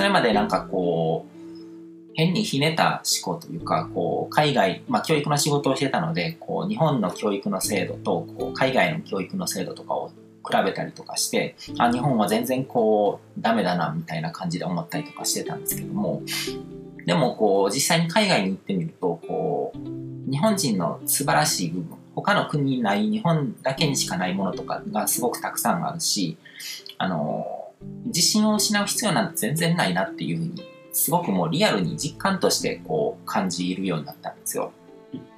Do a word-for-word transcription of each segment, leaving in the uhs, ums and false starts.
れまでなんかこう、変にひねった思考というか、こう海外、まあ、教育の仕事をしてたので、こう日本の教育の制度とこう海外の教育の制度とかを比べたりとかして、あ、日本は全然こうダメだなみたいな感じで思ったりとかしてたんですけども、でもこう実際に海外に行ってみると、こう日本人の素晴らしい部分、他の国にない日本だけにしかないものとかがすごくたくさんあるし、あの自信を失う必要なんて全然ないなっていうふうにすごくもうリアルに実感としてこう感じるようになったんですよ。うん、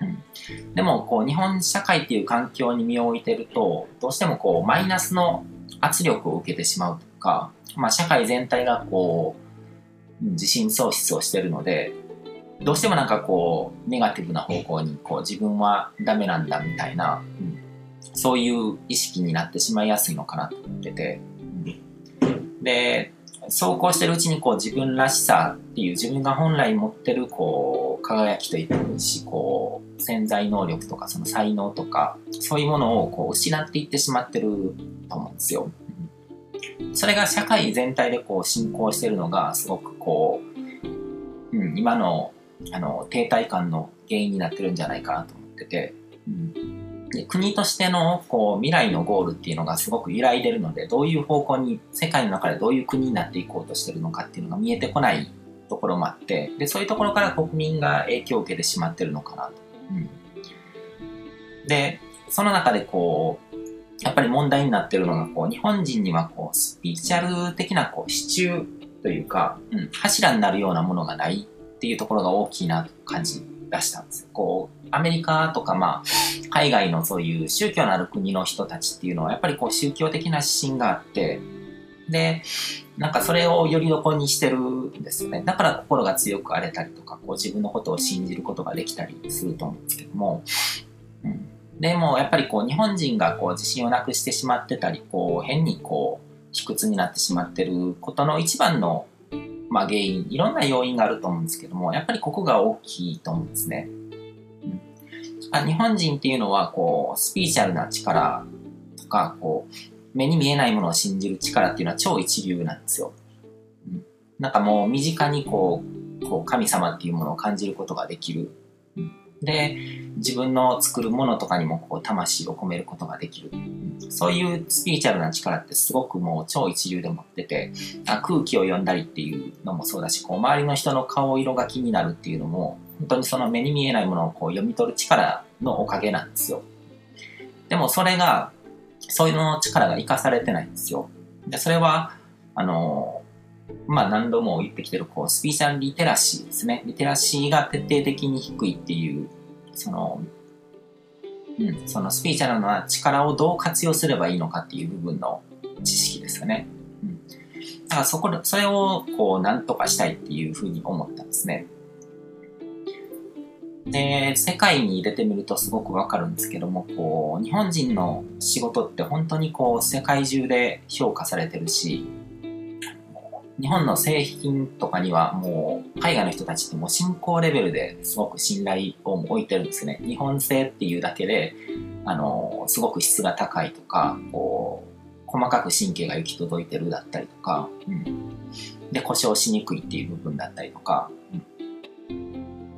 でもこう日本社会っていう環境に身を置いてると、どうしてもこうマイナスの圧力を受けてしまうとか、まあ、社会全体がこう自信喪失をしてるので、どうしてもなんかこうネガティブな方向にこう自分はダメなんだみたいな、うん、そういう意識になってしまいやすいのかなと思ってて、うん、でそうこうしてるうちにこう自分らしさっていう自分が本来持ってるこう輝きといってもいいし、こう潜在能力とかその才能とかそういうものをこう失っていってしまってると思うんですよ。それが社会全体でこう進行してるのがすごくこう、うん、今のあの停滞感の原因になってるんじゃないかなと思ってて、うん、で国としてのこう未来のゴールっていうのがすごく揺らいでるので、どういう方向に世界の中でどういう国になっていこうとしてるのかっていうのが見えてこないところもあって、でそういうところから国民が影響を受けてしまってるのかなと、うん、でその中でこうやっぱり問題になってるのが、こう日本人にはこうスピリチュアル的なこう支柱というか、うん、柱になるようなものがないっていうところが大きいなと感じ出したんです。こうアメリカとか、まあ、海外のそういう宗教のある国の人たちっていうのはやっぱりこう宗教的な指針があって、でなんかそれをよりどころにしてるんですよね。だから心が強く荒れたりとか、こう自分のことを信じることができたりすると思うんですけども、うん、でもやっぱりこう日本人がこう自信をなくしてしまってたり、こう変にこう卑屈になってしまってることの一番の、まあ、原因、いろんな要因があると思うんですけども、やっぱりここが大きいと思うんですね。うん、あ日本人っていうのはこうスピリチュアルな力とか、こう目に見えないものを信じる力っていうのは超一流なんですよ。うん、なんかもう身近にこう、こう神様っていうものを感じることができる。うん、で自分の作るものとかにもこう魂を込めることができる、うん、そういうスピリチュアルな力ってすごくもう超一流で持ってて、あ空気を読んだりっていうのもそうだし、こう周りの人の顔色が気になるっていうのも本当にその目に見えないものをこう読み取る力のおかげなんですよ。でもそれがそういうの力が生かされてないんですよ。でそれはあのまあ何度も言ってきてるこうスピーチャルリテラシーですね。リテラシーが徹底的に低いっていうその、うん、そのスピーチャルな力をどう活用すればいいのかっていう部分の知識ですよね。うん、だからそこでそれをこう何とかしたいっていうふうに思ったんですね。で世界に出てみるとすごくわかるんですけども、こう日本人の仕事って本当にこう世界中で評価されてるし、日本の製品とかにはもう海外の人たちってもう進行レベルですごく信頼を置いてるんですね。日本製っていうだけであのすごく質が高いとか、こう細かく神経が行き届いてるだったりとか、うん、で故障しにくいっていう部分だったりとか、うん、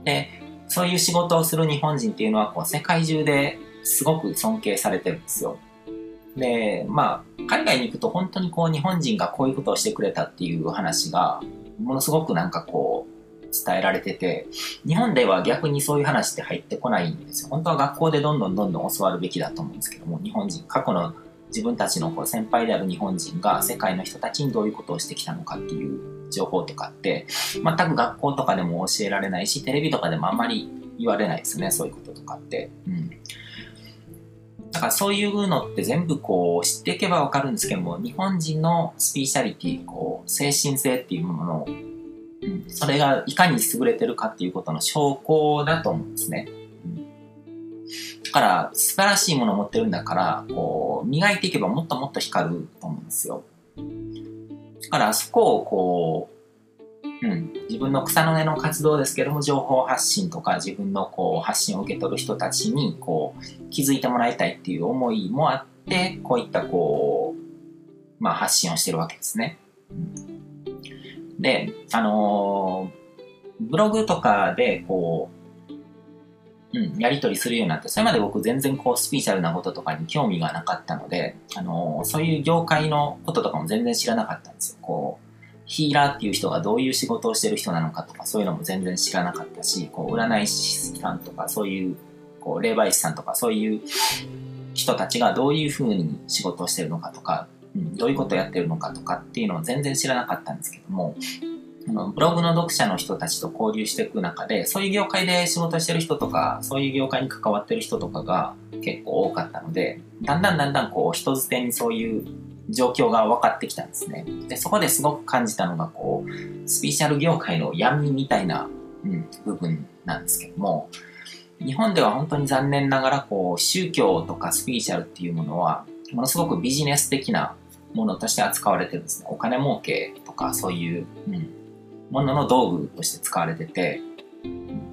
でそういう仕事をする日本人っていうのはこう世界中ですごく尊敬されてるんですよ。でまあ海外に行くと本当にこう日本人がこういうことをしてくれたっていう話がものすごくなんかこう伝えられてて、日本では逆にそういう話って入ってこないんですよ。本当は学校でどんどんどんどん教わるべきだと思うんですけども、日本人過去の自分たちのこう先輩である日本人が世界の人たちにどういうことをしてきたのかっていう情報とかって全く学校とかでも教えられないし、テレビとかでもあんまり言われないですね、そういうこととかって。うん、だからそういうのって全部こう知っていけばわかるんですけども、日本人のスピリチュアリティ、こう精神性っていうものを、うん、それがいかに優れてるかっていうことの証拠だと思うんですね。うん、だから素晴らしいものを持ってるんだから、こう磨いていけばもっともっと光ると思うんですよ。だからそこをこう、うん、自分の草の根の活動ですけども、情報発信とか自分のこう発信を受け取る人たちにこう気づいてもらいたいっていう思いもあって、こういったこう、まあ、発信をしてるわけですね。うん、 で、あのー、ブログとかでこう、うん、やり取りするようになって、それまで僕全然こうスピーチャルなこととかに興味がなかったので、あのー、そういう業界のこととかも全然知らなかったんですよ。こうヒーラーっていう人がどういう仕事をしてる人なのかとか、そういうのも全然知らなかったし、こう占い師さんとか、そういうこう霊媒師さんとか、そういう人たちがどういうふうに仕事をしてるのかとか、うん、どういうことをやってるのかとかっていうのを全然知らなかったんですけども、あのブログの読者の人たちと交流していく中で、そういう業界で仕事してる人とか、そういう業界に関わってる人とかが結構多かったので、だんだんだんだんこう人づてにそういう状況が分かってきたんですね。で、そこですごく感じたのが、こうスピーチャル業界の闇みたいな、うん、部分なんですけども、日本では本当に残念ながらこう宗教とかスピーチャルっていうものはものすごくビジネス的なものとして扱われてるんですね。お金儲けとかそういう、うん、ものの道具として使われてて、うん、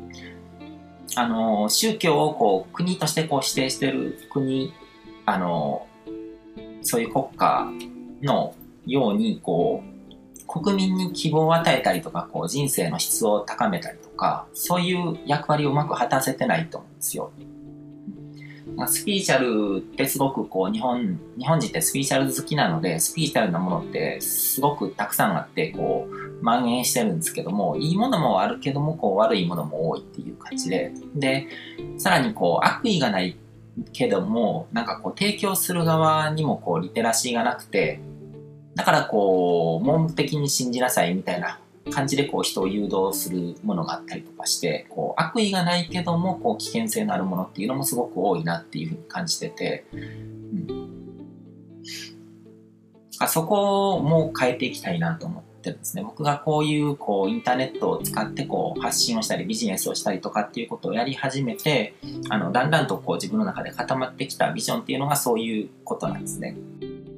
あの宗教をこう国としてこう指定してる国、あのそういう国家のようにこう国民に希望を与えたりとか、こう人生の質を高めたりとか、そういう役割をうまく果たせてないと思うんですよ。スピーチャルってすごくこう日本日本人ってスピーチャル好きなので、スピーチャルなものってすごくたくさんあってこう蔓延してるんですけども、いいものもあるけどもこう悪いものも多いっていう感じで、でさらにこう悪意がないけども、なんかこう提供する側にもこうリテラシーがなくて、だからこう盲目的に信じなさいみたいな感じでこう人を誘導するものがあったりとかして、こう悪意がないけどもこう危険性のあるものっていうのもすごく多いなっていうふうに感じてて、うん、そこも変えていきたいなと思ってるんですね。僕がこういうこうインターネットを使ってこう発信をしたりビジネスをしたりとかっていうことをやり始めて、あのだんだんとこう自分の中で固まってきたビジョンっていうのがそういうことなんですね。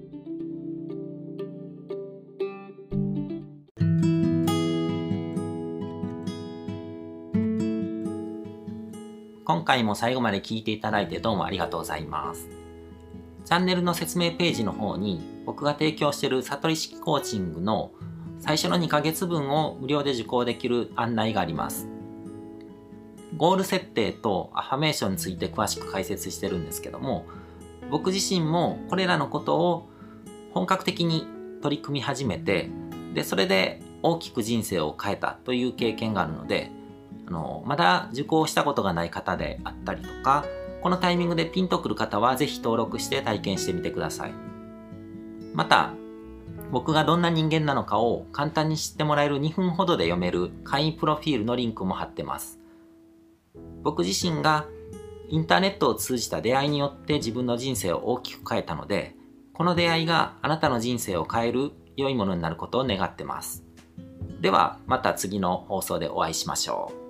今回も最後まで聞いていただいてどうもありがとうございます。チャンネルの説明ページの方に僕が提供している悟り式コーチングの最初のにかげつぶんを無料で受講できる案内があります。ゴール設定とアファメーションについて詳しく解説してるんですけども、僕自身もこれらのことを本格的に取り組み始めて、でそれで大きく人生を変えたという経験があるので、あのまだ受講したことがない方であったりとか、このタイミングでピンとくる方はぜひ登録して体験してみてください。また僕がどんな人間なのかを簡単に知ってもらえるにふんほどで読める会員プロフィールのリンクも貼ってます。僕自身がインターネットを通じた出会いによって自分の人生を大きく変えたので、この出会いがあなたの人生を変える良いものになることを願ってます。ではまた次の放送でお会いしましょう。